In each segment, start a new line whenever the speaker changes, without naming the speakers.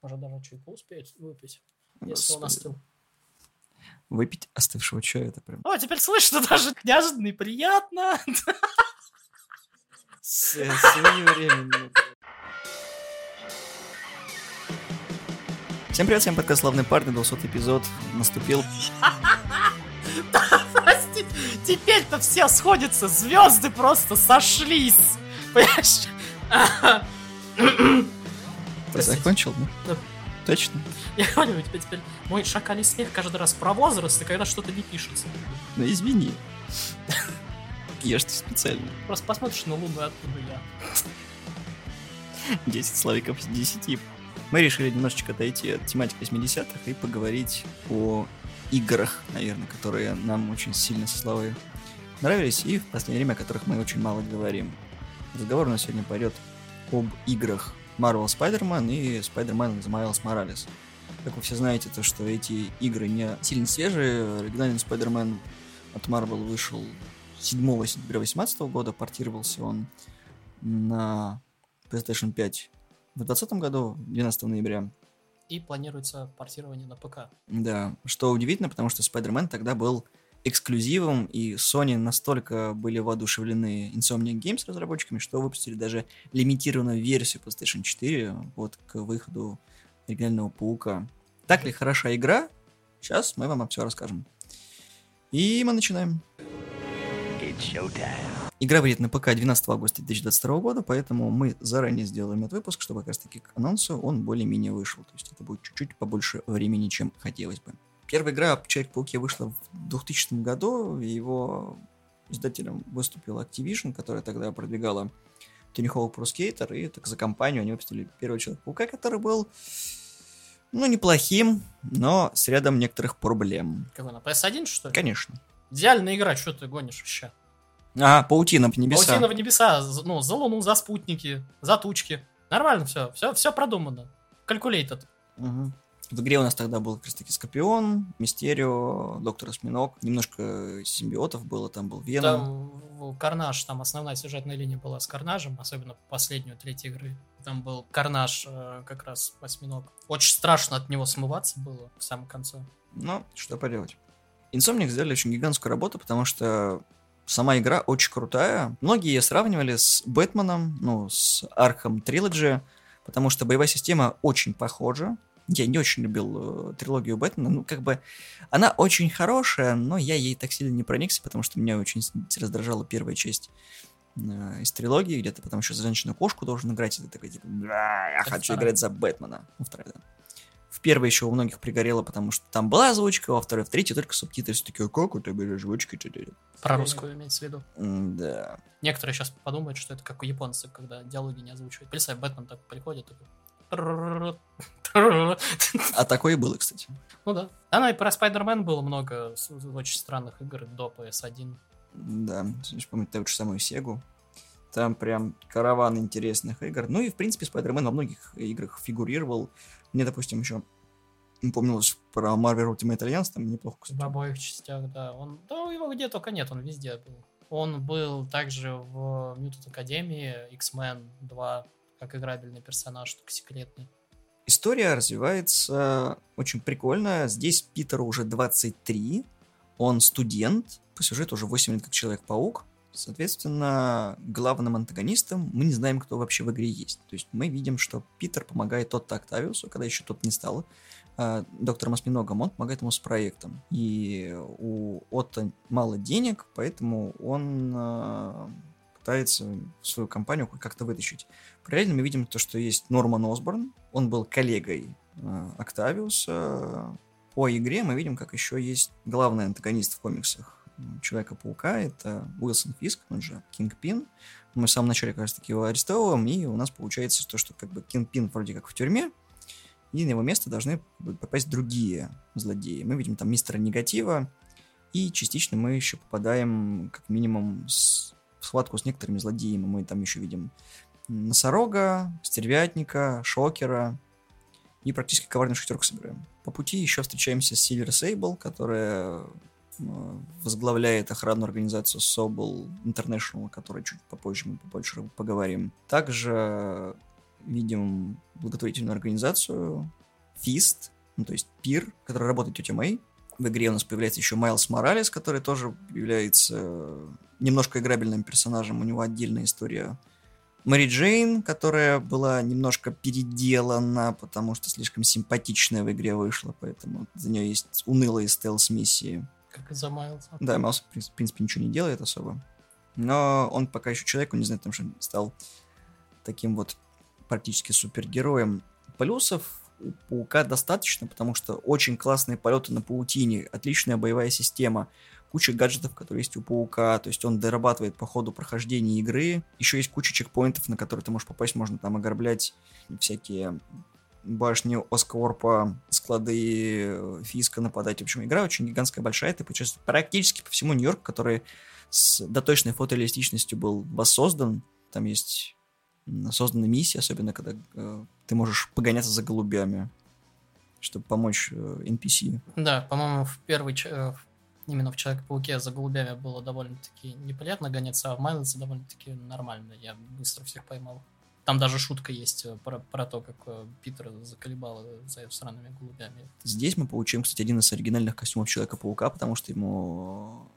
Может, даже чайку успеть выпить,
Господи.
если он остыл.
Выпить остывшего чая, это прям...
О, теперь слышно даже неожиданно и приятно.
Своевременно. Всем привет, всем подкаст «Славный парень», 200-й эпизод наступил.
Прости, теперь-то все сходятся, звезды просто сошлись. Понимаешь?
Ты закончил, да?
Да.
Точно?
Я говорю, теперь мой шакалий смех каждый раз про возраст, и когда что-то не пишется.
Ну извини. Я ж ты специально.
Просто посмотришь на Луну, откуда я.
10 славиков из 10. Мы решили немножечко отойти от тематики 80-х и поговорить о играх, наверное, которые нам очень сильно со Славой нравились и в последнее время о которых мы очень мало говорим. Разговор у нас сегодня пойдет об играх Marvel Spider-Man и Spider-Man The Miles Morales. Как вы все знаете, то что эти игры не сильно свежие. Оригинальный Spider-Man от Marvel вышел 7 сентября 2018 года, портировался он на PlayStation 5 в 2020 году, 12 ноября.
И планируется портирование на ПК.
Да, что удивительно, потому что Spider-Man тогда был эксклюзивом, и Sony настолько были воодушевлены Insomniac Games разработчиками, что выпустили даже лимитированную версию PlayStation 4 вот к выходу оригинального Паука. Так ли хороша игра? Сейчас мы вам все расскажем. И мы начинаем. Игра выйдет на ПК 12 августа 2022 года, поэтому мы заранее сделаем этот выпуск, чтобы как раз таки к анонсу он более-менее вышел. То есть это будет чуть-чуть побольше времени, чем хотелось бы. Первая игра о Человеке-пауке вышла в 2000 году, и его издателем выступила Activision, которая тогда продвигала Tony Hawk Pro Skater, и так за компанию они выпустили первого Человека-паука, который был, неплохим, но с рядом некоторых проблем.
Какой, на PS1, что ли?
Конечно.
Идеальная игра, что ты гонишь вообще?
Паутина в небеса.
Паутина в небеса, за Луну, за спутники, за тучки. Нормально все продумано. Calculated.
Угу. В игре у нас тогда был как раз таки Скорпион, Мистерио, Доктор Осьминог, немножко симбиотов было, там был Веном.
Там Карнаж, там основная сюжетная линия была с Карнажем, особенно последнюю треть игры. Там был Карнаж, как раз Осьминог. Очень страшно от него смываться было в самом конце.
Что поделать. Insomniac сделали очень гигантскую работу, потому что сама игра очень крутая. Многие ее сравнивали с Бэтменом, с Arkham Trilogy, потому что боевая система очень похожа. Я не очень любил трилогию Бэтмена. Она очень хорошая, но я ей так сильно не проникся, потому что меня очень раздражала первая часть из трилогии, где ты потом еще за женщину-кошку должен играть, и ты такой, я хочу играть за Бэтмена. Вторая, да. В первой еще у многих пригорело, потому что там была озвучка, во второй, в третьей только субтитры. Все такие, как у тебя озвучка?
Про русскую имеется в виду.
Да.
Некоторые сейчас подумают, что это как у японцев, когда диалоги не озвучивают. Представь, Бэтмен так приходит, такой...
А такое и было, кстати.
Ну да. И про Spider-Man было много очень странных игр до PS1.
Да, помню ту же самую Сегу. Там прям караван интересных игр. И, в принципе, Spider-Man во многих играх фигурировал. Мне, допустим, еще помнилось про Marvel Ultimate Alliance, там неплохо, кстати.
В обоих частях, да. Его где только нет, он везде был. Он был также в Mutant Academy, X-Men 2, как играбельный персонаж, только секретный.
История развивается очень прикольно. Здесь Питеру уже 23, он студент, по сюжету уже 8 лет как Человек-паук. Соответственно, главным антагонистом мы не знаем, кто вообще в игре есть. То есть мы видим, что Питер помогает Отто Октавиусу, когда еще тот не стал доктором Осьминогом, он помогает ему с проектом. И у Отто мало денег, поэтому он пытается свою компанию как-то вытащить. Параллельно мы видим то, что есть Норман Осборн, он был коллегой Октавиуса. По игре мы видим, как еще есть главный антагонист в комиксах Человека-паука, это Уилсон Фиск, он же Кингпин. Мы в самом начале как раз таки его арестовываем, и у нас получается то, что Кингпин вроде как в тюрьме, и на его место должны попасть другие злодеи. Мы видим там Мистера Негатива, и частично мы еще попадаем как минимум в схватку с некоторыми злодеями. Мы там еще видим Носорога, Стервятника, Шокера, и практически коварную шестерку собираем. По пути еще встречаемся с Сильвер Сейбл, которая возглавляет охранную организацию Sobel International, о которой чуть попозже мы побольше поговорим. Также видим благотворительную организацию Fist, ну, то есть Пир, который работает тетя Мэй. В игре у нас появляется еще Майлз Моралес, который тоже является немножко играбельным персонажем, у него отдельная история. Мэри Джейн, которая была немножко переделана, потому что слишком симпатичная в игре вышла, поэтому за нее есть унылые стелс-миссии.
Как и за Майлза.
Да, Майлз, в принципе, ничего не делает особо. Но он пока еще человек, он не знает, потому что стал таким вот практически супергероем. Плюсов у Паука достаточно, потому что очень классные полеты на паутине, отличная боевая система, куча гаджетов, которые есть у Паука, то есть он дорабатывает по ходу прохождения игры. Еще есть куча чекпоинтов, на которые ты можешь попасть, можно там ограблять всякие башни Оскорпа, склады Фиска нападать. В общем, игра очень гигантская, большая, ты путешествуешь практически по всему Нью-Йорку, который с доточной фотореалистичностью был воссоздан. Там есть создана миссия, особенно когда ты можешь погоняться за голубями, чтобы помочь NPC.
Да, по-моему, именно в Человеке-пауке за голубями было довольно-таки неприятно гоняться, а в Майлзе довольно-таки нормально. Я быстро всех поймал. Там даже шутка есть про то, как Питер заколебал за сраными голубями.
Здесь мы получим, кстати, один из оригинальных костюмов Человека-паука, потому что его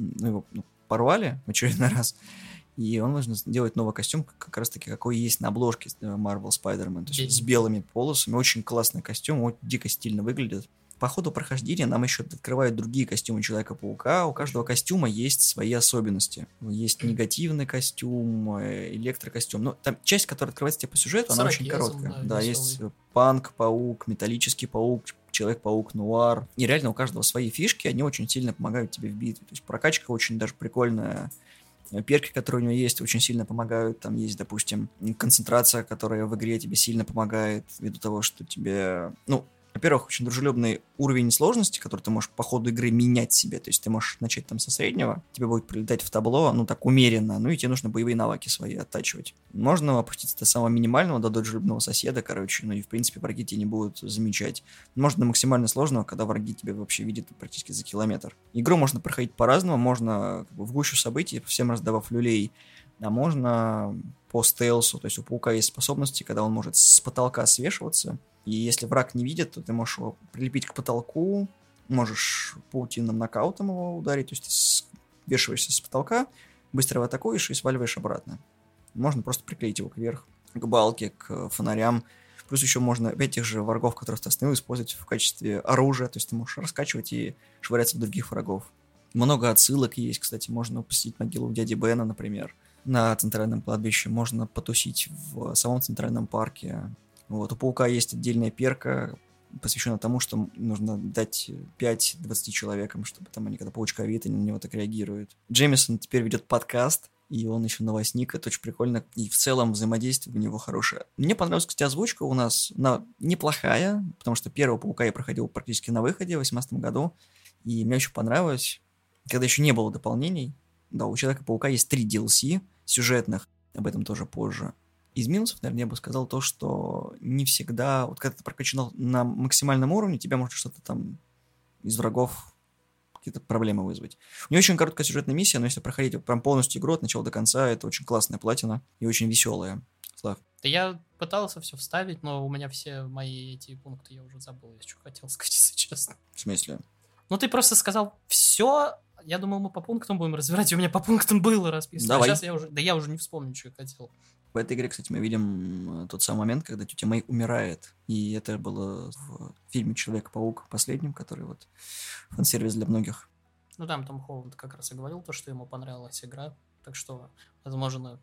порвали в очередной раз, и он нужно делать новый костюм, как раз-таки, какой есть на обложке Marvel Spider-Man, то есть с белыми полосами. Очень классный костюм, очень дико стильно выглядит. По ходу прохождения нам еще открывают другие костюмы Человека-паука. У каждого костюма есть свои особенности. Есть негативный костюм, электрокостюм. Но там часть, которая открывается тебе по сюжету, она очень короткая. Да, есть Панк-паук, Металлический паук, Человек-паук, Нуар. И реально у каждого свои фишки, они очень сильно помогают тебе в битве. То есть прокачка очень даже прикольная. Перки, которые у него есть, очень сильно помогают. Там есть, допустим, концентрация, которая в игре тебе сильно помогает, ввиду того, что тебе... Во-первых, очень дружелюбный уровень сложности, который ты можешь по ходу игры менять себе. То есть ты можешь начать там со среднего, тебе будет прилетать в табло, так умеренно, и тебе нужно боевые навыки свои оттачивать. Можно опуститься до самого минимального, до дружелюбного соседа, и в принципе враги тебя не будут замечать. Можно до максимально сложного, когда враги тебя вообще видят практически за километр. Игру можно проходить по-разному, можно в гущу событий, всем раздавав люлей, а можно по стелсу, то есть у Паука есть способности, когда он может с потолка свешиваться, и если враг не видит, то ты можешь его прилепить к потолку, можешь паутинным нокаутом его ударить, то есть ты свешиваешься с потолка, быстро его атакуешь и сваливаешь обратно. Можно просто приклеить его кверх, к балке, к фонарям. Плюс еще можно опять тех же врагов, которых ты остановил, использовать в качестве оружия, то есть ты можешь раскачивать и швыряться в других врагов. Много отсылок есть, кстати, можно посетить могилу дяди Бена, например, на центральном кладбище, можно потусить в самом центральном парке. У Паука есть отдельная перка, посвященная тому, что нужно дать 5-20 человекам, чтобы там они, когда паучка видят, они на него так реагируют. Джеймисон теперь ведет подкаст, и он еще новостник, это очень прикольно, и в целом взаимодействие у него хорошее. Мне понравилась, кстати, озвучка у нас неплохая, потому что первого Паука я проходил практически на выходе в 2018 году, и мне очень понравилось, когда еще не было дополнений. Да, у Человека-паука есть 3 DLC сюжетных, об этом тоже позже. Из минусов, наверное, я бы сказал то, что не всегда, когда ты прокачан на максимальном уровне, тебя может что-то там из врагов какие-то проблемы вызвать. У нее очень короткая сюжетная миссия, но если проходить прям полностью игру от начала до конца, это очень классная платина и очень веселая. Слав.
Да я пытался все вставить, но у меня все мои эти пункты я уже забыл, я что хотел сказать, если честно.
В смысле?
Ты просто сказал все. Я думал, мы по пунктам будем разбирать, и у меня по пунктам было расписано.
Давай.
А сейчас я уже не вспомню, что я хотел.
В этой игре, кстати, мы видим тот самый момент, когда тетя Мэй умирает. И это было в фильме «Человек-паук» последнем, который фан-сервис для многих.
Там Том Холланд как раз и говорил то, что ему понравилась игра. Так что, возможно,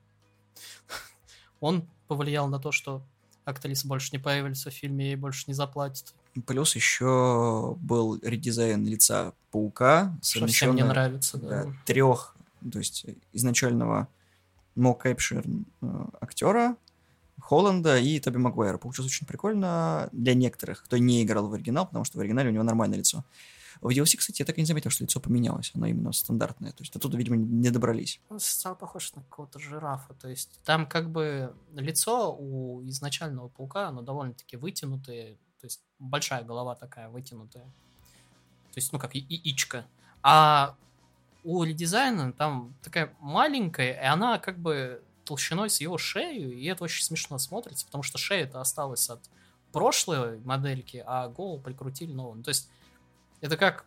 он повлиял на то, что актриса больше не появится в фильме и больше не заплатит.
Плюс еще был редизайн лица Паука.
Что всем не нравится,
да. 3, то есть изначального мокэпшир актера, Холланда и Тоби Магуайра. Получилось очень прикольно для некоторых, кто не играл в оригинал, потому что в оригинале у него нормальное лицо. В DLC, кстати, я так и не заметил, что лицо поменялось. Оно именно стандартное. То есть оттуда, видимо, не добрались.
Он стал похож на какого-то жирафа. То есть там как бы лицо у изначального Паука, оно довольно-таки вытянутое. То есть большая голова такая вытянутая. То есть, как яичко. А у редизайна там такая маленькая, и она как бы толщиной с его шею, и это очень смешно смотрится, потому что шея-то осталась от прошлой модельки, а голову прикрутили новую. Ну, то есть это как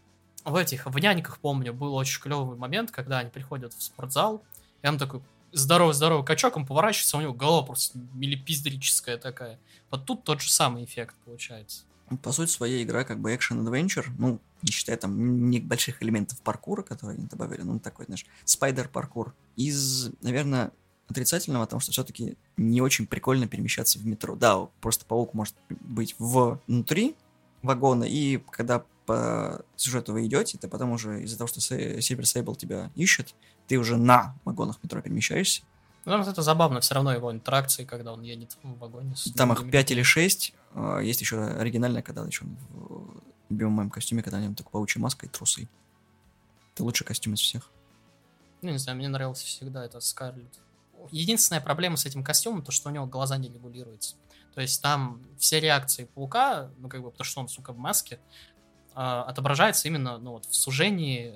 в «Няньках», помню, был очень клевый момент, когда они приходят в спортзал, и он такой здоровый качок, он поворачивается, у него голова просто милипиздрическая такая. Вот тут тот же самый эффект получается.
По сути, своя игра как бы экшен-адвенчер, ну, не считая там небольших элементов паркура, которые они добавили, ну, такой, знаешь, спайдер-паркур. Из, наверное, отрицательного, потому что все-таки не очень прикольно перемещаться в метро. Да, просто паук может быть внутри вагона, и когда по сюжету вы идете, ты потом уже из-за того, что Silver Sable тебя ищет, ты уже на вагонах метро перемещаешься.
Ну, вот это забавно, все равно его интеракции, когда он едет в вагоне.
Там их 5 или 6. Есть еще оригинальная, когда еще в любимом моем костюме, когда на нем только паучья маска и трусы. Это лучший костюм из всех.
Ну, не знаю, мне нравился всегда этот Скарлетт. Единственная проблема с этим костюмом, то, что у него глаза не регулируются. То есть там все реакции паука, ну, как бы, потому что он, сука, в маске, отображается именно, ну, вот в сужении...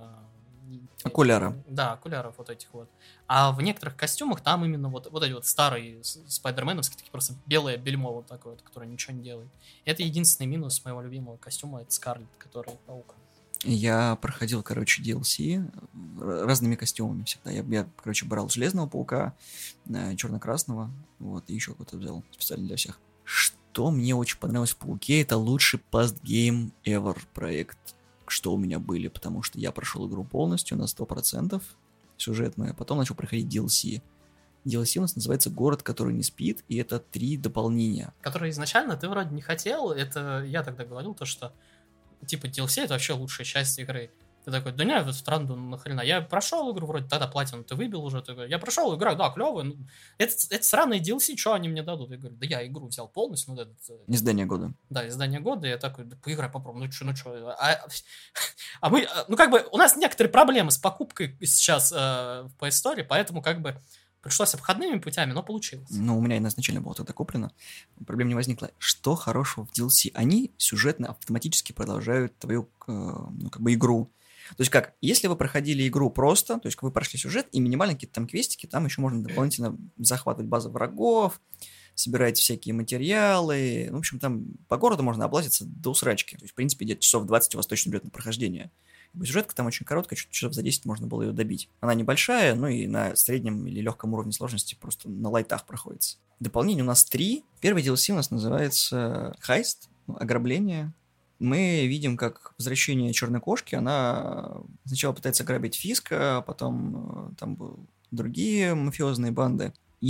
Окуляра.
Да, окуляров вот этих вот. А в некоторых костюмах там именно вот эти вот старые спайдерменовские, такие просто белое бельмо вот такое вот, которое ничего не делает. Это единственный минус моего любимого костюма, это Скарлетт, который паук.
Я проходил, короче, DLC разными костюмами всегда. Я короче, брал Железного Паука, черно-красного, вот, и еще какой-то взял специально для всех. Что мне очень понравилось в Пауке, это лучший past game ever проект, что у меня были, потому что я прошел игру полностью на 100% сюжетную, а потом начал проходить DLC. DLC у нас называется «Город, который не спит», и это 3 дополнения.
Которые изначально ты вроде не хотел, это я тогда говорил, то что типа DLC это вообще лучшая часть игры. Ты такой, да нет, это странно, нахрена. Я прошел игру, вроде тогда платину ты выбил уже. Такой, я прошел игру, да, клевая. Ну, это сранные DLC, что они мне дадут? Я говорю, да я игру взял полностью. Ну,
Издание года.
Да, издание года. Я такой, да поиграй, попробуй. Ну что. А мы, ну как бы, у нас некоторые проблемы с покупкой сейчас в Play Store, поэтому как бы пришлось обходными путями, но получилось.
Ну, у меня изначально было тогда куплено. Проблем не возникло. Что хорошего в DLC? Они сюжетно автоматически продолжают твою, ну, как бы игру. То есть как, если вы проходили игру просто, то есть вы прошли сюжет и минимально какие-то там квестики, там еще можно дополнительно захватывать базы врагов, собирать всякие материалы. В общем, там по городу можно облазиться до усрачки. То есть, в принципе, где-то часов 20 у вас точно идет на прохождение. Сюжетка там очень короткая, часов за 10 можно было ее добить. Она небольшая, ну и на среднем или легком уровне сложности просто на лайтах проходится. Дополнение у нас 3. Первый DLC у нас называется Heist, ограбление. Мы видим, как возвращение черной кошки, она сначала пытается грабить Фиска, а потом там были другие мафиозные банды.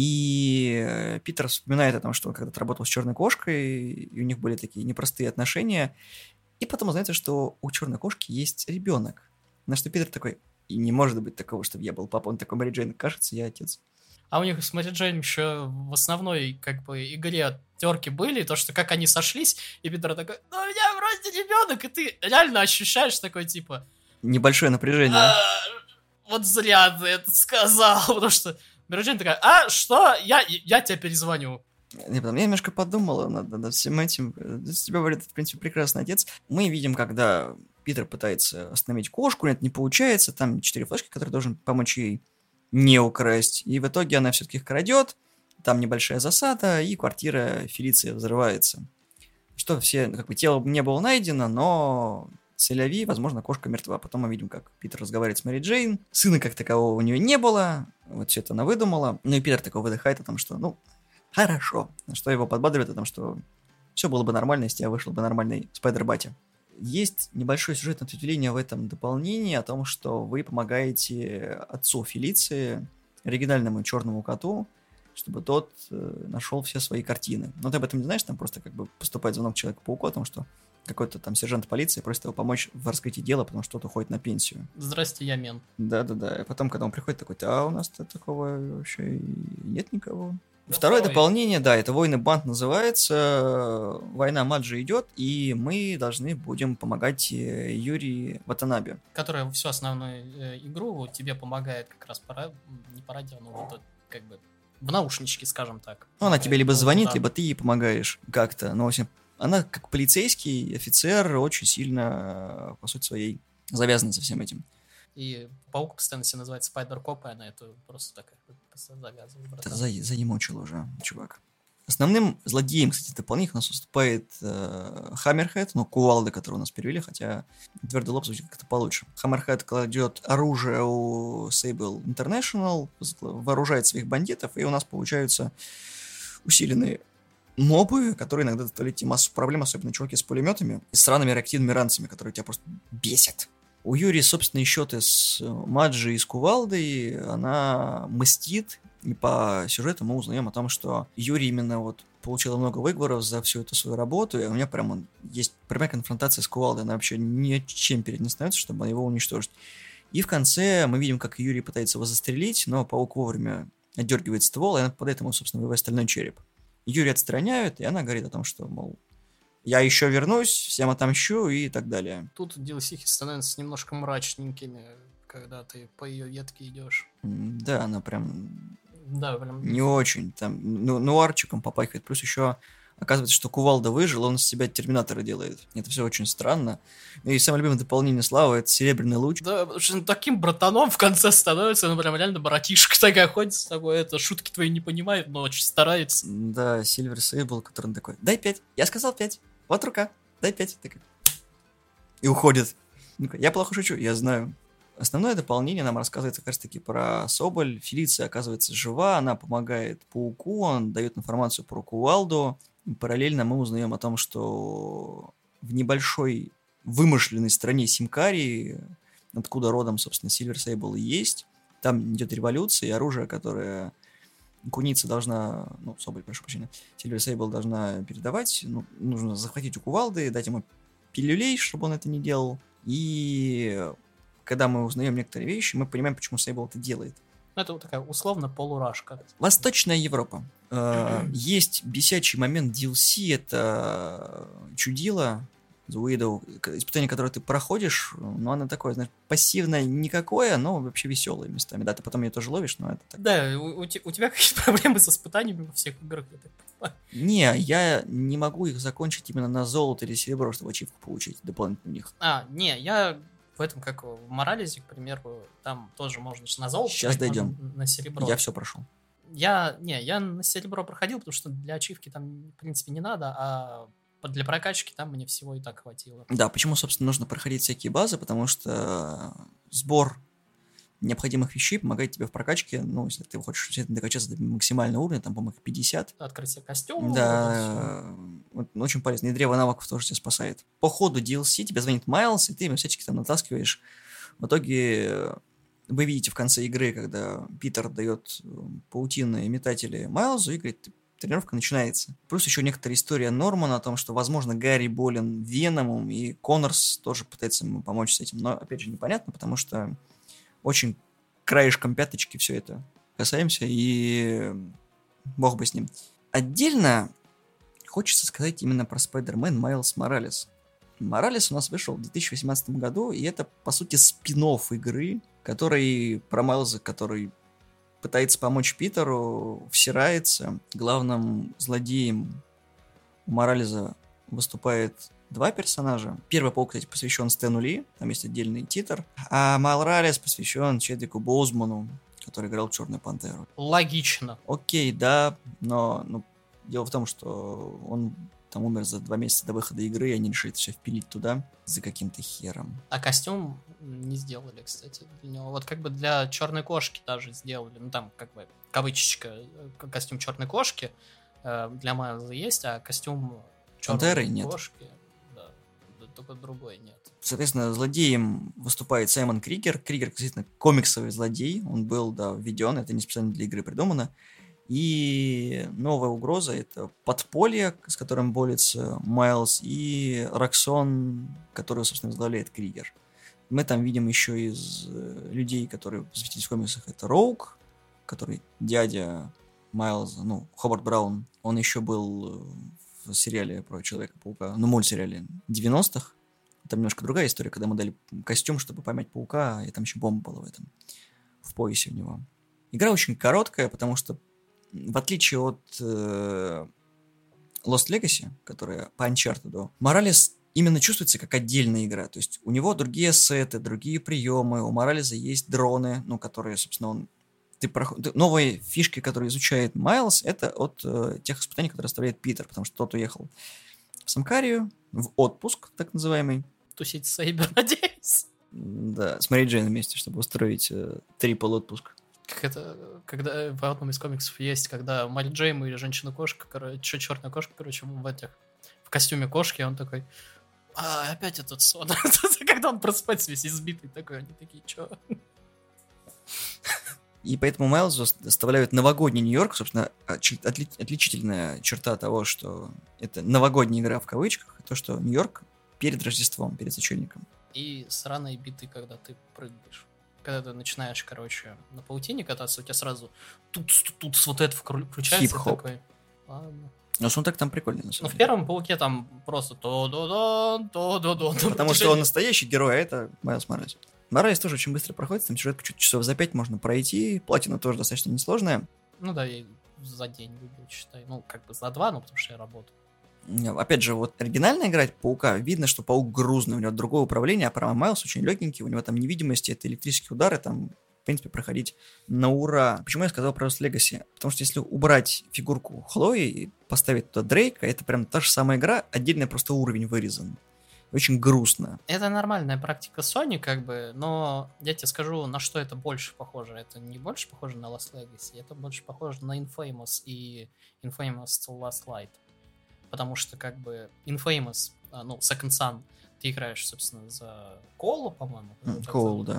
И Питер вспоминает о том, что он когда-то работал с черной кошкой, и у них были такие непростые отношения. И потом узнается, что у черной кошки есть ребенок. На что Питер такой, и не может быть такого, чтобы я был папа. Он такой, Мэри Джейн, кажется, я отец.
А у них с Мэри Джейн еще в основной как бы игре терки были, то, что как они сошлись, и Питер такой, ну у меня вроде ребенок, и ты реально ощущаешь такой, типа...
Небольшое напряжение.
Вот зря ты это сказал, потому что Мэри Джейн такая, а что? Я тебе перезвоню.
Я немножко подумала над всем этим. С тебя говорит, в принципе, прекрасный отец. Мы видим, когда Питер пытается остановить кошку, это не получается, там 4 флешки, которые должен помочь ей не украсть. И в итоге она все-таки их крадет, там небольшая засада, и квартира Фелиции взрывается. Что все, как бы тело не было найдено, но селяви, возможно, кошка мертва. Потом мы видим, как Питер разговаривает с Мэри Джейн. Сына как такового у нее не было, вот все это она выдумала. Ну и Питер такой выдыхает о том, что, ну, хорошо. На что его подбадривает о том, что все было бы нормально, если я вышел бы нормальный Спайдер-Батя. Есть небольшое сюжетное ответвление в этом дополнении о том, что вы помогаете отцу Фелиции, оригинальному черному коту, чтобы тот нашел все свои картины. Но ты об этом не знаешь, там просто как бы поступает звонок Человеку-пауку о том, что какой-то там сержант полиции просит его помочь в раскрытии дела, потому что тот уходит на пенсию.
Здрасте, я мент.
Да-да-да. И потом, когда он приходит, такой, а у нас-то такого вообще нет никого. Второе дополнение, да, это «Войны банд» называется. Война Маджи идет, и мы должны будем помогать Юрии Ватанабе.
Которая всю основную игру тебе помогает как раз не по радио, но вот как бы в наушничке, скажем так.
Ну, она тебе либо звонит, либо ты ей помогаешь как-то. Но, в общем, она как полицейский офицер очень сильно, по сути своей, завязана со всем этим.
И паук постоянно себя называет Спайдер-Коп, и она это просто такая завязывает.
Это заемучил уже, чувак. Основным злодеем, кстати, дополнительно у нас выступает Хаммерхед, кувалда, который у нас перевели, хотя твердый лоб звучит как-то получше. Хаммерхед кладет оружие у Sable International, вооружает своих бандитов, и у нас получаются усиленные мобы, которые иногда доставляют тебе массу проблем, особенно чуваки с пулеметами и странными реактивными ранцами, которые тебя просто бесят. У Юрии собственные счеты с Маджи и с Кувалдой, она мстит, и по сюжету мы узнаем о том, что Юрий именно получила много выговоров за всю эту свою работу, и у меня прямо есть прямая конфронтация с Кувалдой, она вообще ничем перед ней становится, чтобы его уничтожить. И в конце мы видим, как Юрий пытается его застрелить, но паук вовремя отдергивает ствол, и она попадает ему, собственно, в его остальной череп. Юрия отстраняют, и она говорит о том, что, мол, я еще вернусь, всем отомщу и так далее.
Тут DLC становятся немножко мрачненькими, когда ты по ее ветке идешь.
Да, она прям...
Да, прям...
Не очень. Там нуарчиком попахивает. Плюс еще оказывается, что Кувалда выжил, он из себя Терминатора делает. Это все очень странно. И самое любимое дополнение Славы — это Серебряный луч.
Да, потому что таким братаном в конце становится, прям реально братишка такая ходит с тобой, шутки твои не понимает, но очень старается.
Да, Silver Sable, который такой: дай 5. Я сказал 5. Вот рука. Дай 5. Такой. И уходит. Я плохо шучу, я знаю. Основное дополнение нам рассказывается как раз-таки про Соболь. Фелиция оказывается жива, она помогает пауку, он дает информацию про Кувалду. И параллельно мы узнаем о том, что в небольшой вымышленной стране Симкарии, откуда родом, собственно, Silver Sable и есть, там идет революция, и оружие, которое Куница должна, Соболь, прошу прощения, Silver Sable должна передавать, нужно захватить у Кувалды, дать ему пилюлей, чтобы он это не делал. И когда мы узнаем некоторые вещи, мы понимаем, почему Сейбл это делает.
Это такая условно полурашка.
Восточная Европа. Есть бесячий момент DLC, это чудило, The Widow, испытание, которое ты проходишь, оно такое, знаешь, пассивное никакое, но вообще веселое местами. Да, ты потом ее тоже ловишь, но это так.
Да, у тебя какие-то проблемы с испытаниями во всех играх, я так понимаю.
Не, я не могу их закончить именно на золото или серебро, чтобы ачивку получить дополнительно у них.
Я в этом, как в Морализе, к примеру, там тоже можно на золото.
Сейчас дойдем.
На серебро.
Я все прошел.
Я на серебро проходил, потому что для ачивки там, в принципе, не надо, а для прокачки там мне всего и так хватило.
Да, почему, собственно, нужно проходить всякие базы, потому что сбор необходимых вещей помогает тебе в прокачке, если ты хочешь докачаться до максимального уровня, там, по-моему, 50.
Открытие костюма.
Да, очень полезно. И древо навыков тоже тебя спасает. По ходу DLC тебе звонит Майлз, и ты ему всячески там натаскиваешь. В итоге вы видите в конце игры, когда Питер дает паутинные метатели Майлзу и говорит: тренировка начинается. Плюс еще некоторая история Нормана о том, что, возможно, Гарри болен Веномом, и Коннорс тоже пытается ему помочь с этим. Но, опять же, непонятно, потому что очень краешком пяточки все это касаемся, и бог бы с ним. Отдельно хочется сказать именно про Spider-Man Miles Morales. Morales у нас вышел в 2018 году, и это, по сути, спин-офф игры, который про Майлза, который пытается помочь Питеру, всирается. Главным злодеем у Морализа выступает два персонажа. Первый паук, кстати, посвящен Стэну Ли, там есть отдельный титр, а Моралес посвящен Чедвику Боузману, который играл в Черную Пантеру.
Логично.
Окей, да, но дело в том, что он там умер за 2 месяца до выхода игры, и они решили все впилить туда за каким-то хером.
А костюм не сделали, кстати, для него. Вот как бы для Черной Кошки даже сделали, там как бы кавычечка, костюм Черной Кошки для Майлза есть, а костюм Черной Кошки, да, только другой нет.
Соответственно, злодеем выступает Саймон Кригер. Кригер, действительно, комиксовый злодей. Он был, введен, это не специально для игры придумано. И новая угроза — это подполье, с которым борется Майлз, и Роксон, который, собственно, возглавляет Кригер. Мы там видим еще из людей, которые засветились в комиксах, это Роук, который дядя Майлза, Хобарт Браун. Он еще был в сериале про Человека-паука, мультсериале 90-х. Там немножко другая история, когда мы дали костюм, чтобы поймать паука, и там еще бомба была в поясе у него. Игра очень короткая, потому что в отличие от Lost Legacy, которая по Uncharted, Моралес именно чувствуется как отдельная игра. То есть у него другие сеты, другие приемы, у Моралеса есть дроны, ну, которые, собственно, новые фишки, которые изучает Майлз, это от тех испытаний, которые оставляет Питер, потому что тот уехал в Самкарию, в отпуск, так называемый.
Тусить Сейбер, надеюсь.
Да, с Мэри Джейн вместе, чтобы устроить трипл отпуск.
Как это, когда в одном из комиксов есть, когда Мэри Джейн или женщина-кошка, короче, черная кошка, короче, в костюме кошки, он такой, опять этот сон. Когда он просыпается весь избитый такой, они такие, чё?
И поэтому Майлзу оставляют новогодний Нью-Йорк, собственно, отличительная черта того, что это новогодняя игра в кавычках, то, что Нью-Йорк перед Рождеством, перед сочельником.
И сраные биты, когда ты прыгаешь. Когда ты начинаешь, короче, на паутине кататься, у тебя сразу тут вот это включается.
Хип-хоп.
Такой, ладно.
Но саундтрек там прикольный, на самом
деле. В первом Пауке там просто то-до-дон.
Потому что он настоящий герой, а это Майлз Моралес. Моралес тоже очень быстро проходит, там сюжетку чуть часов за 5 можно пройти, платина тоже достаточно несложная.
Ну да, я за день выбил, считай. Ну, как бы за 2, но потому что я работаю.
Опять же, вот оригинально играть Паука, видно, что Паук грузный, у него другое управление, а прямо Майлз очень легенький, у него там невидимости, это электрические удары, там, в принципе, проходить на ура. Почему я сказал про Lost Legacy? Потому что если убрать фигурку Хлои и поставить туда Дрейка, это прям та же самая игра, отдельный просто уровень вырезан. Очень грустно.
Это нормальная практика Sony, как бы, но я тебе скажу, на что это больше похоже. Это не больше похоже на Lost Legacy, это больше похоже на Infamous и Infamous Last Light. Потому что, как бы, Infamous, ну, Second Son, ты играешь, собственно, за Колу, по-моему.
Кол, да.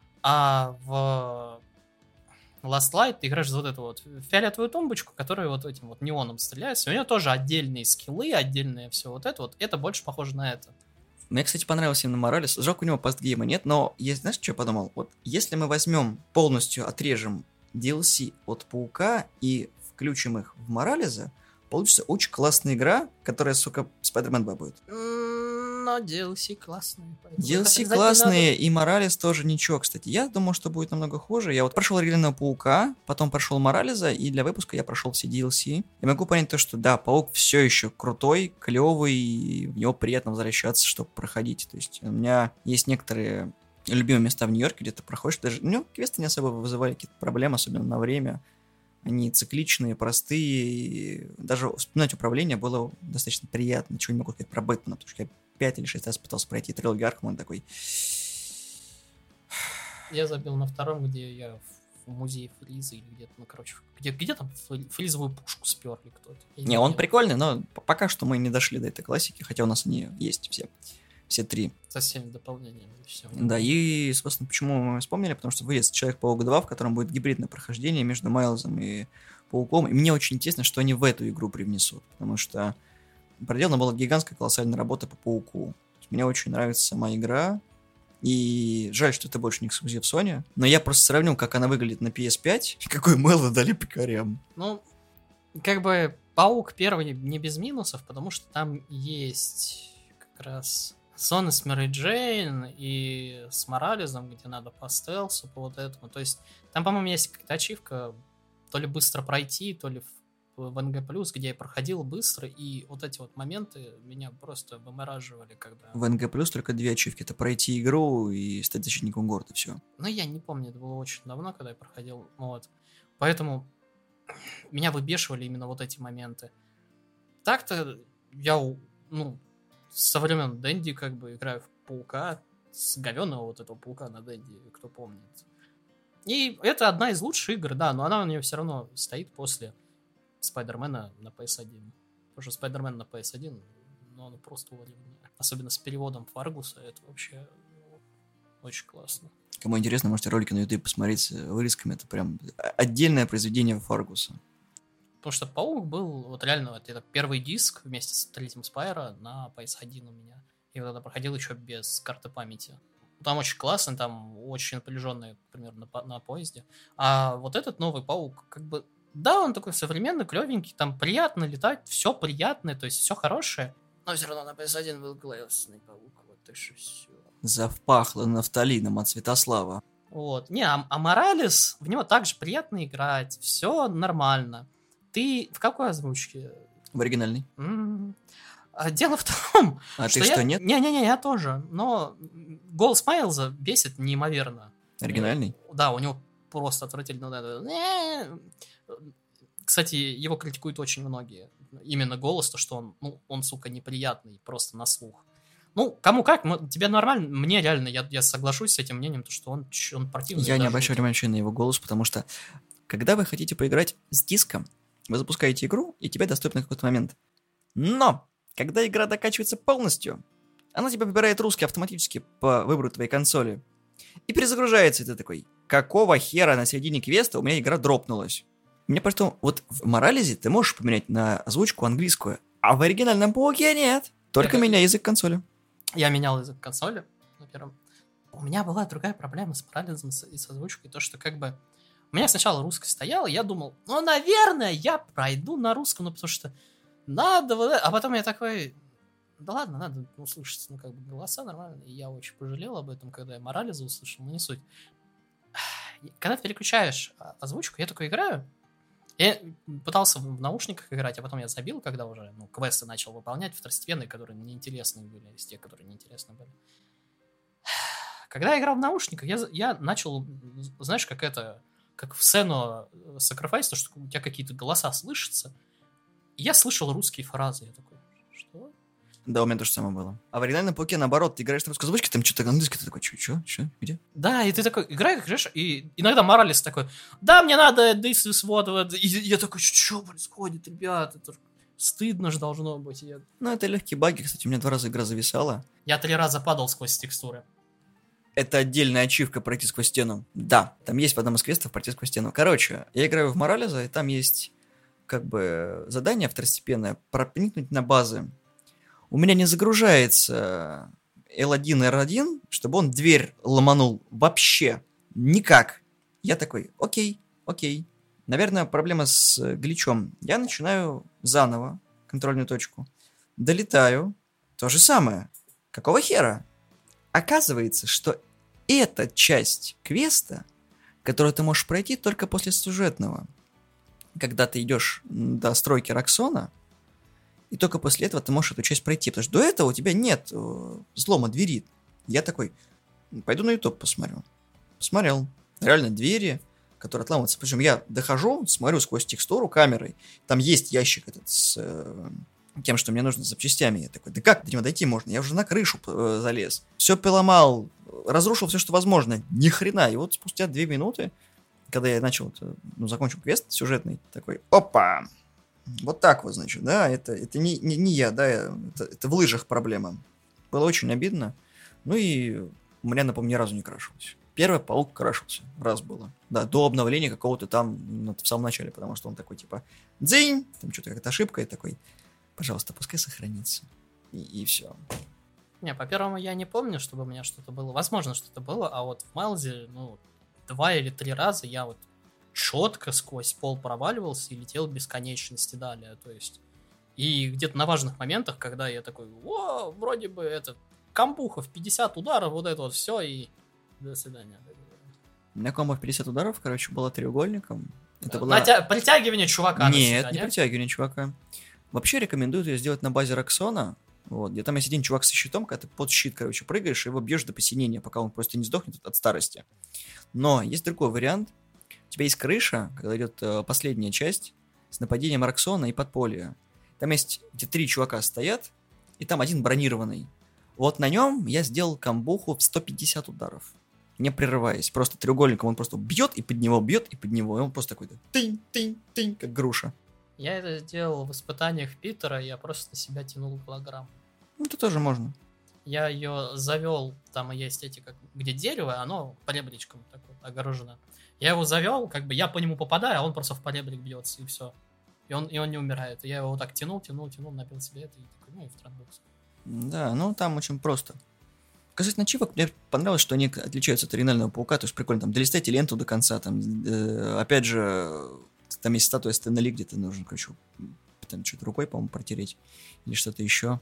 А в Last Light ты играешь за вот эту вот фиолетовую тумбочку, которая вот этим вот неоном стреляется. У нее тоже отдельные скиллы, отдельное все вот это вот. Это больше похоже на это.
Мне, кстати, понравился именно Моралес. Жалко, у него постгейма нет, но знаешь, что я подумал? Вот если мы возьмем, полностью отрежем DLC от Паука и включим их в Моралеса, получится очень классная игра, которая, сука, Spider-Man 2 будет.
Но DLC классные.
DLC классные, и Моралес тоже ничего, кстати. Я думал, что будет намного хуже. Я вот прошел оригинального Паука, потом прошел Моралеса, и для выпуска я прошел все DLC. И могу понять то, что да, Паук все еще крутой, клевый, и в него приятно возвращаться, чтобы проходить. То есть у меня есть некоторые любимые места в Нью-Йорке, где ты проходишь, даже квесты не особо вызывали какие-то проблемы, особенно на время. Они цикличные, простые, и даже вспоминать управление было достаточно приятно. Ничего не могу сказать про Бэтмена, потому что я 5 или 6 раз пытался пройти трилогию Аркхема, он такой...
Я забил на втором, где я в музее Фриза или где-то, ну, короче, где там фризовую пушку сперли кто-то.
Не, он прикольный, но пока что мы не дошли до этой классики, хотя у нас они есть все три.
Со всеми дополнениями. Все.
Да, и, собственно, почему мы вспомнили, потому что выйдет Человек-паук 2, в котором будет гибридное прохождение между Майлзом и Пауком, и мне очень интересно, что они в эту игру привнесут, потому что проделана была гигантская колоссальная работа по Пауку. Мне очень нравится сама игра, и жаль, что это больше не эксклюзив Sony, но я просто сравнил, как она выглядит на PS5, и какой Мэлла дали пикарям.
Ну, как бы Паук первый не без минусов, потому что там есть как раз зоны с Мэри Джейн и с Моралесом, где надо по стелсу, по вот этому. То есть там, по-моему, есть какая-то ачивка, то ли быстро пройти, то ли в НГ+, где я проходил быстро, и вот эти вот моменты меня просто вымораживали, когда...
В НГ+, только 2 ачивки, это пройти игру и стать защитником города, все.
Ну, я не помню, это было очень давно, когда я проходил, вот. Поэтому меня выбешивали именно вот эти моменты. Так-то я, со времен Дэнди как бы играю в Паука, с говёного вот этого Паука на Дэнди, кто помнит. И это одна из лучших игр, да, но она у нее все равно стоит после Спайдермена на PS1. Потому что Спайдермен на PS1, он просто уваливает. Особенно с переводом Фаргуса, это вообще очень классно.
Кому интересно, можете ролики на YouTube посмотреть с вырезками, это прям отдельное произведение Фаргуса.
Потому что Паук был, вот реально, это первый диск вместе с третьим Спайра на PS1 у меня. И вот это проходил еще без карты памяти. Там очень классно, там очень напряженный, например, на поезде. А вот этот новый Паук, как бы, да, он такой современный, клевенький, там приятно летать, все приятное, то есть все хорошее. Но все равно на PS1 был классный Паук, вот и все.
Завпахло нафталином от Святослава.
Вот. Не, а Моралес, в него также приятно играть, все нормально. Ты в какой озвучке?
В оригинальной.
Дело в том,
А
что
ты что, нет?
Не-не-не, я тоже. Но голос Майлза бесит неимоверно.
Оригинальный?
Да, у него просто отвратительно. Кстати, его критикуют очень многие. Именно голос, то, что он, сука, неприятный, просто на слух. Ну, кому как, тебе нормально, мне реально, я соглашусь с этим мнением, то, что он противный.
Я не
даже
обращаю внимания на его голос, потому что, когда вы хотите поиграть с диском, вы запускаете игру, и тебе доступен какой-то момент. Но, когда игра докачивается полностью, она тебе выбирает русский автоматически по выбору твоей консоли. И перезагружается, и ты такой, какого хера на середине квеста у меня игра дропнулась? Мне просто, вот в Моралезе ты можешь поменять на озвучку английскую, а в оригинальном Пауке нет. Только меняй язык консоли.
Я менял язык консоли на первом. У меня была другая проблема с Моралезом и с озвучкой, то, что как бы... У меня сначала русская стояла, я думал, ну, наверное, я пройду на русском, ну, потому что надо... А потом я такой... Да ладно, надо услышать, ну, как бы, голоса нормально. И я очень пожалел об этом, когда я Моралеза услышал, но не суть. Когда ты переключаешь озвучку, я такой играю, я пытался в наушниках играть, а потом я забил, когда уже квесты начал выполнять, второстепенные, которые неинтересные были, из тех, которые неинтересны были. Когда я играл в наушниках, я начал, знаешь, как в сцену Sacrifice, то, что у тебя какие-то голоса слышатся, и я слышал русские фразы. Я такой, что?
Да, у меня то же самое было. А в оригинальном Пауке, наоборот, ты играешь на русской озвучке, там что-то английское, ты такой, что, где?
Да, и ты такой, играешь, и иногда Моралес такой, да, мне надо this is what, и я такой, что происходит, ребят, это стыдно же должно быть.
Ну, это легкие баги, кстати, у меня 2 раза игра зависала.
Я 3 раза падал сквозь текстуры.
Это отдельная ачивка пройти сквозь стену. Да, там есть в одном из квестов пройти сквозь стену. Короче, я играю в Моралеза, и там есть как бы задание второстепенное проникнуть на базы. У меня не загружается L1 R1, чтобы он дверь ломанул вообще. Никак. Я такой, окей. Наверное, проблема с гличом. Я начинаю заново контрольную точку. Долетаю. То же самое. Какого хера? Оказывается, что это часть квеста, которую ты можешь пройти только после сюжетного. Когда ты идешь до стройки Роксона, и только после этого ты можешь эту часть пройти. Потому что до этого у тебя нет взлома двери. Я такой, пойду на YouTube посмотрю. Посмотрел. Реально двери, которые отламываются. Причем я дохожу, смотрю сквозь текстуру камерой. Там есть ящик этот с тем, что мне нужно с запчастями. Я такой, да как до него дойти можно? Я уже на крышу залез. Все поломал, разрушил все, что возможно. Ни хрена. И вот спустя 2 минуты, когда я начал, закончил квест сюжетный, такой, опа! Вот так вот, значит, да, это не я, да, это в лыжах проблема. Было очень обидно. Ну и у меня, напомню, ни разу не крашилось. Первый паук крашился, раз было. Да, до обновления какого-то там в самом начале, потому что он такой, типа, дзынь, там что-то какая-то ошибка, и такой, пожалуйста, пускай сохранится. И все.
Не, по первому я не помню, чтобы у меня что-то было. Возможно, что-то было, а вот в Майлзе, 2 или 3 раза я вот четко сквозь пол проваливался и летел бесконечности далее, то есть. И где-то на важных моментах, когда я такой, о, вроде бы это камбуха в 50 ударов, вот это вот все, и до свидания.
У меня комбо в 50 ударов, короче, было треугольником. Это было...
Притягивание чувака.
Нет, не притягивание чувака. Вообще рекомендую ее сделать на базе Роксона. Вот, где там есть один чувак со щитом, когда ты под щит, короче, прыгаешь, и его бьешь до посинения, пока он просто не сдохнет от старости. Но есть другой вариант. У тебя есть крыша, когда идет последняя часть с нападением Роксона и подполья. Там есть, где 3 чувака стоят, и там один бронированный. Вот на нем я сделал камбуху в 150 ударов. Не прерываясь. Просто треугольником он просто бьет и под него, и он просто такой тынь, как груша.
Я это сделал в испытаниях Питера, я просто на себя тянул килограмм.
Ну, это тоже можно.
Я ее завел, там есть эти, где дерево, оно поребричком так вот огорожено. Я его завел, я по нему попадаю, а он просто в поребрик бьется, и все. И он не умирает. И я его вот так тянул, набил себе это, и такой, и в транбокс.
Да, там очень просто. Касательно ачивок, мне понравилось, что они отличаются от оригинального Паука, то есть прикольно, там, долистайте ленту до конца, там, опять же, там есть статуя Стэна Ли, где ты нужен, короче, там что-то рукой, по-моему, протереть, или что-то еще.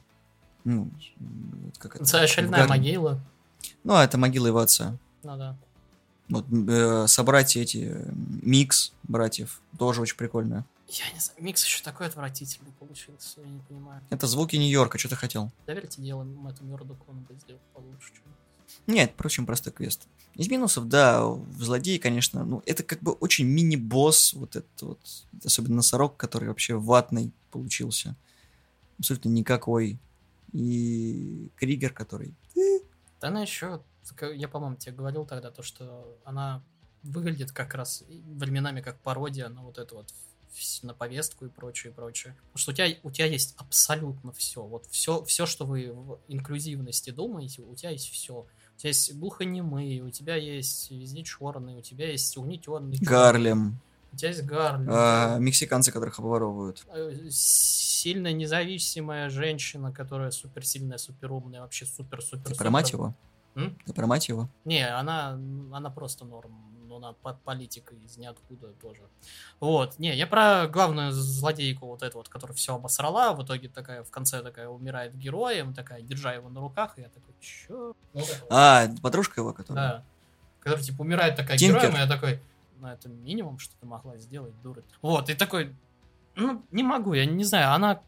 Как это? Очередная могила.
Это могила его отца.
Ну да.
Вот, собрать эти микс братьев тоже очень прикольно.
Я не знаю, микс еще такой отвратительный получился, я не понимаю.
Это звуки Нью-Йорка, что ты хотел?
Доверьте дело Мэтту Мёрдоку, он бы сделал получше.
Нет, впрочем, простой квест. Из минусов, да, в злодеи, конечно, ну, это как бы очень мини-босс, вот этот вот, особенно носорог, который вообще ватный получился. Абсолютно никакой. И Кригер, который...
Да она еще, я, по-моему, тебе говорил тогда, то, что она выглядит как раз временами как пародия на вот эту вот на повестку и прочее, прочее. Потому что у тебя есть абсолютно все. Вот все, что вы в инклюзивности думаете, у тебя есть все. У тебя есть глухонемые, у тебя есть везде черные, у тебя есть угнетенный.
Гарлем.
У тебя есть Гарлем.
Мексиканцы, которых обворовывают.
Сильно независимая женщина, которая суперсильная, суперумная, вообще супер-супер.
Ты про мать его? Ты про мать его?
Не, она просто норм. Но она политика из ниоткуда тоже. Вот. Не, я про главную злодейку вот эту вот, которая все обосрала. В итоге такая в конце такая умирает героем, такая, держа его на руках. И я такой, чё?
Подружка его, которая?
Да. Которая, типа, умирает такая
Тинкер.
героем, и я такой, ну, это минимум, что ты могла сделать, дура. Вот, и такой, ну, не могу, я не знаю, она...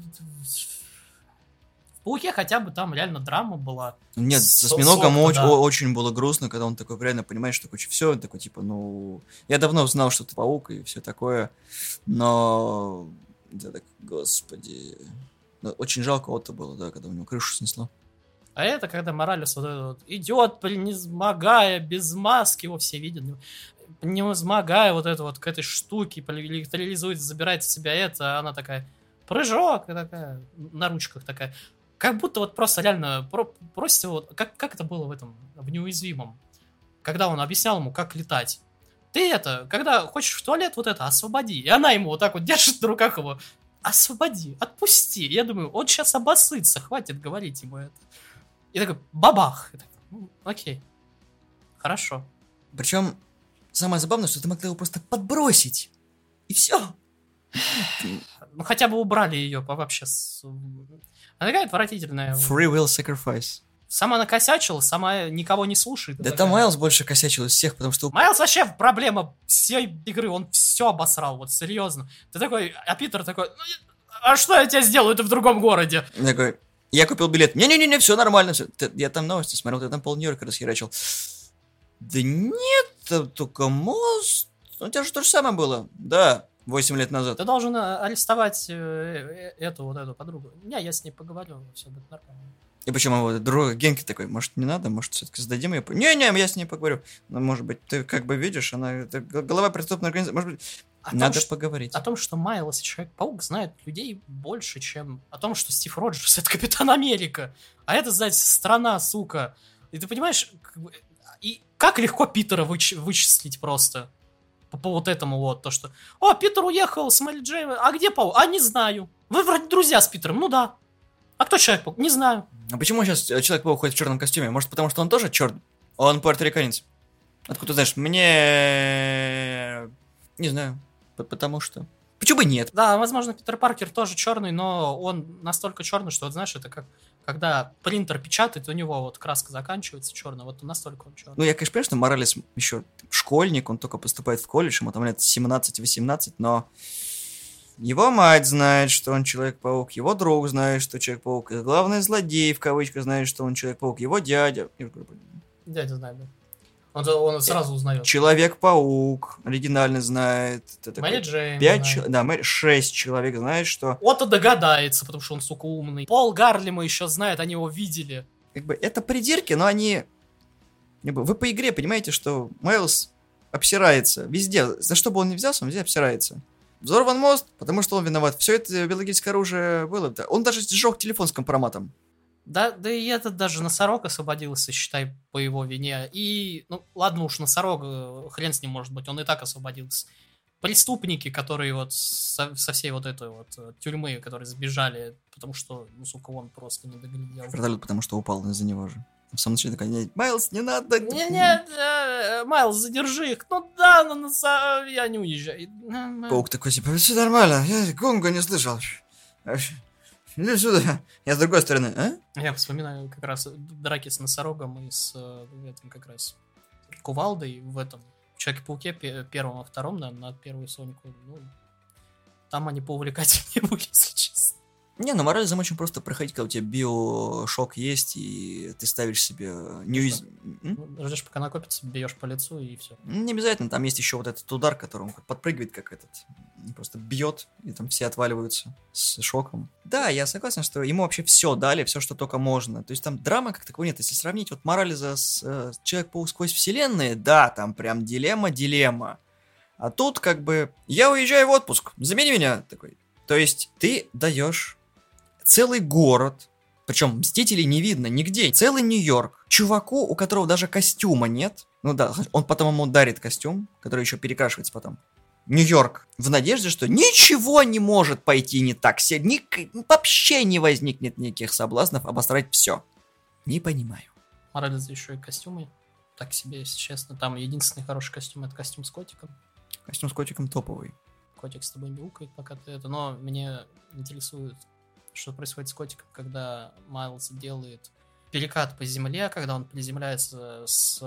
В Пауке хотя бы там реально драма была.
Нет, со Осьминогом очень было грустно, когда он такой реально понимает, что все, он такой, типа, ну... Я давно знал, что ты паук и все такое, но... Я так, господи... Очень жалко Отто было, да, когда у него крышу снесло.
А это когда Моралес вот этот вот идет, превозмогая, без маски, его все видят, превозмогая вот это вот к этой штуке, электролизует, забирает в себя это, а она такая, прыжок, такая, на ручках такая. Как будто вот просто реально просит его, как это было в «Неуязвимом», когда он объяснял ему, как летать. Ты это, когда хочешь в туалет, вот это, освободи. И она ему вот так вот держит на руках его, освободи, отпусти. Я думаю, он сейчас обоссытся, хватит говорить ему это. И такой, бабах. И такой, окей, хорошо.
Причем самое забавное, что ты могла его просто подбросить. И все.
Ну, хотя бы убрали ее вообще. Она такая отвратительная.
Free will sacrifice.
Сама накосячила, сама никого не слушает.
Да там Майлз больше косячил из всех, потому что...
Майлз вообще проблема всей игры, он все обосрал, вот серьезно. Ты такой, а Питер такой, а что я тебе сделаю, это в другом городе?
Я такой, я купил билет. Не-не-не, все нормально. Все. Я там новости смотрел, ты там пол-Нью-Йорка расхерачил. Да нет, только мост. У тебя же то же самое было. Да, 8 лет назад.
Ты должен арестовать эту подругу. Не, я с ней поговорю, все будет нормально.
И почему его друг Генки такой, может, не надо, может, все-таки сдадим ее? Не-не, я с ней поговорю. Ну, может быть, ты как бы видишь, она это голова преступной организации. Может быть, надо поговорить.
О том, что Майлз и Человек-паук знают людей больше, чем о том, что Стив Роджерс — это Капитан Америка. А это, знаете, страна, сука. И ты понимаешь, и как легко Питера вычислить просто по вот этому вот, то, что Питер уехал с Мэри Джейн, а где Паук? Не знаю. Вы вроде друзья с Питером, ну да. А кто Человек-паук? Не знаю.
А почему сейчас Человек-паук ходит в черном костюме? Может, потому что он тоже черный? Он пуэрториканец. Откуда ты знаешь? Мне... Не знаю. Потому что... Почему бы нет?
Да, возможно, Питер Паркер тоже черный, но он настолько черный, что, вот, знаешь, это как когда принтер печатает, у него вот краска заканчивается черная, вот настолько он черный.
Ну, я, конечно, понимаю, что Моралес еще школьник, он только поступает в колледж, ему там лет 17-18, но его мать знает, что он Человек-паук, его друг знает, что Человек-паук, и главный злодей, в кавычках, знает, что он Человек-паук, его дядя...
Дядя знает, да. Он сразу узнает.
Человек-паук оригинально знает.
Мэри Джейн.
6 человек знает, что...
Отто догадается, потому что он, сука, умный. Пол Гарлема еще знает, они его видели.
Как бы это придирки, но они... Вы по игре понимаете, что Майлз обсирается везде. За что бы он ни взялся, он везде обсирается. Взорван мост, потому что он виноват. Все это биологическое оружие было. Он даже сжег телефон с компроматом.
Да и этот даже Носорог освободился, считай, по его вине. И, ну, ладно уж, Носорог, хрен с ним, может быть, он и так освободился. Преступники, которые вот со всей вот этой вот тюрьмы, которые сбежали, потому что, ну, сука, он просто не доглядел.
Вертолет, потому что упал из-за него же. В самом начале такой, Майлз, не надо.
Не, Майлз, задержи их. Ну да, но я не уезжаю.
Паук такой, типа, все нормально, я гонга не слышал. Иди сюда. Я с другой стороны, а?
Я вспоминаю как раз драки с Носорогом и с этим как раз Кувалдой в этом Человеке-пауке первом, а втором, на первую Сонику. Ну, Там они поувлекательнее были, если честно.
Не, ну Морализом очень просто проходить, когда у тебя биошок есть, и ты ставишь себе
Ждешь, пока накопится, бьешь по лицу, и все.
Не обязательно, там есть еще вот этот удар, который он подпрыгивает, как этот, просто бьет, и там все отваливаются с шоком. Да, я согласен, что ему вообще все дали, все, что только можно. То есть там драма как таковой нет. Если сравнить вот Морализа с Человек-паук сквозь вселенные, да, там прям дилемма. А тут как бы я уезжаю в отпуск, замени меня такой. То есть ты даешь целый город, причем Мстителей не видно нигде, целый Нью-Йорк, чуваку, у которого даже костюма нет, ну да, он потом ему дарит костюм, который еще перекрашивается потом. Нью-Йорк, в надежде, что ничего не может пойти не так, вообще не возникнет никаких соблазнов обосрать все. Не понимаю.
Морализа еще и костюмы. Так себе, если честно. Там единственный хороший костюм — это костюм с котиком.
Костюм с котиком топовый.
Котик с тобой мяукает, пока ты это. Но мне интересует, что происходит с котиком, когда Майлз делает перекат по земле, когда он приземляется с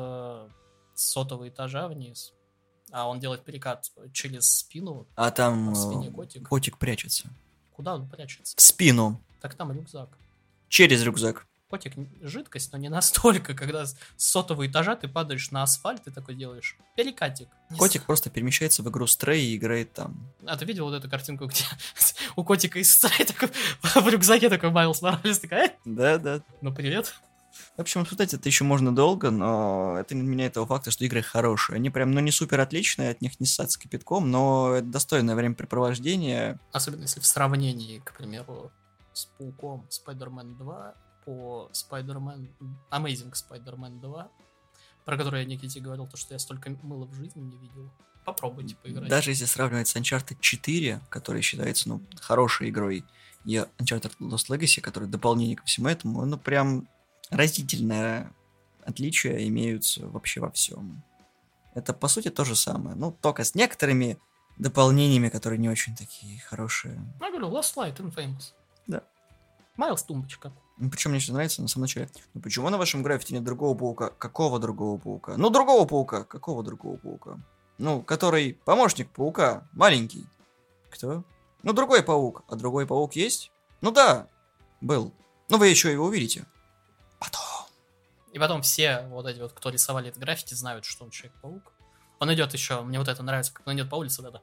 100-го этажа вниз, а он делает перекат через спину.
А там
в спине котик.
Котик прячется.
Куда он прячется?
В спину.
Так там рюкзак.
Через рюкзак.
Котик жидкость, но не настолько, когда с 100-го этажа ты падаешь на асфальт и такой делаешь перекатик.
Котик просто перемещается в игру Stray и играет там.
А ты видел вот эту картинку, где у котика из Stray такой в рюкзаке такой Майлз Моралес такая?
Да.
Ну привет.
В общем, обсуждать это еще можно долго, но это не меняет того факта, что игры хорошие. Они прям, не супер отличные, от них не ссать с кипятком, но это достойное времяпрепровождение.
Особенно если в сравнении, к примеру, с Пауком Spider-Man 2 по Spider-Man... Amazing Spider-Man 2, про который я Никите говорил, то, что я столько мыла в жизни не видел. Попробуйте поиграть.
Даже если сравнивать с Uncharted 4, который считается, хорошей игрой, и Uncharted Lost Legacy, который дополнение ко всему этому, прям разительное отличия имеются вообще во всем. Это, по сути, то же самое. Только с некоторыми дополнениями, которые не очень такие хорошие.
Я говорю, Last Light Infamous.
Да.
Майлз тумбочка.
Причем мне еще нравится на самом начале. Почему на вашем граффити нет другого паука? Какого другого паука? Другого паука. Какого другого паука? Который помощник паука. Маленький. Кто? Другой паук. А другой паук есть? Да, был. Вы еще его увидите. Потом.
И потом все вот эти вот, кто рисовали это граффити, знают, что он Человек-паук. Он идет еще, мне вот это нравится, как он идет по улице, вот это.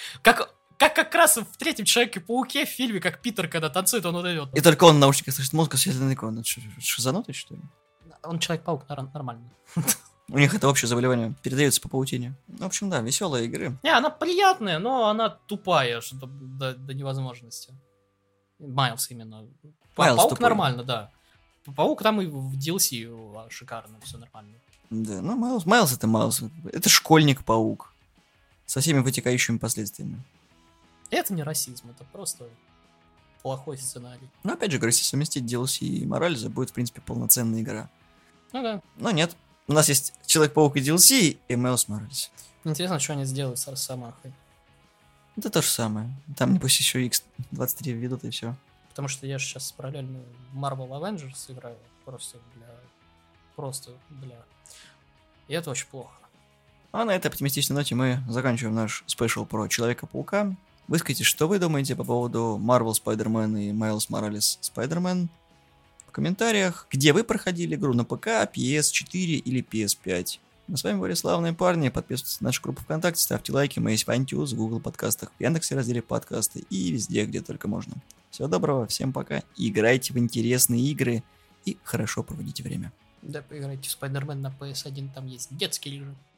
Как раз в третьем Человеке-пауке в фильме, как Питер, когда танцует, он вот идет.
И только он в наушниках слышит музыку, светит на икону. Шизанутый, что ли?
Он Человек-паук нормальный.
У них это общее заболевание передается по паутине. В общем, да, веселые игры.
Не, она приятная, но она тупая до невозможности. Майлз именно. Паук
тупой.
Нормально, да. Паук там и в DLC шикарно, все нормально.
Да, Майлз это Майлз. Это школьник-паук. Со всеми вытекающими последствиями.
Это не расизм, это просто плохой сценарий.
Опять же, говорю, если совместить DLC и Морализа, будет, в принципе, полноценная игра.
Да.
Но нет. У нас есть Человек-паук и DLC, и Майлз Моралес.
Интересно, что они сделают с Росомахой.
Это то же самое. Там, небось, еще X23 введут, и все.
Потому что я же сейчас параллельно Marvel Avengers играю. Просто для... И это очень плохо.
А на этой оптимистичной ноте мы заканчиваем наш спешл про Человека-паука. Выскажите, что вы думаете по поводу Marvel Spider-Man и Miles Morales Spider-Man в комментариях, где вы проходили игру на ПК, PS4 или PS5. Мы с вами были славные парни. Подписывайтесь на нашу группу ВКонтакте, ставьте лайки. Мы есть в iTunes, в Google подкастах, в Яндексе разделе подкасты и везде, где только можно. Всего доброго, всем пока. Играйте в интересные игры и хорошо проводите время.
Да, поиграйте в Spider-Man на PS1, там есть детский режим.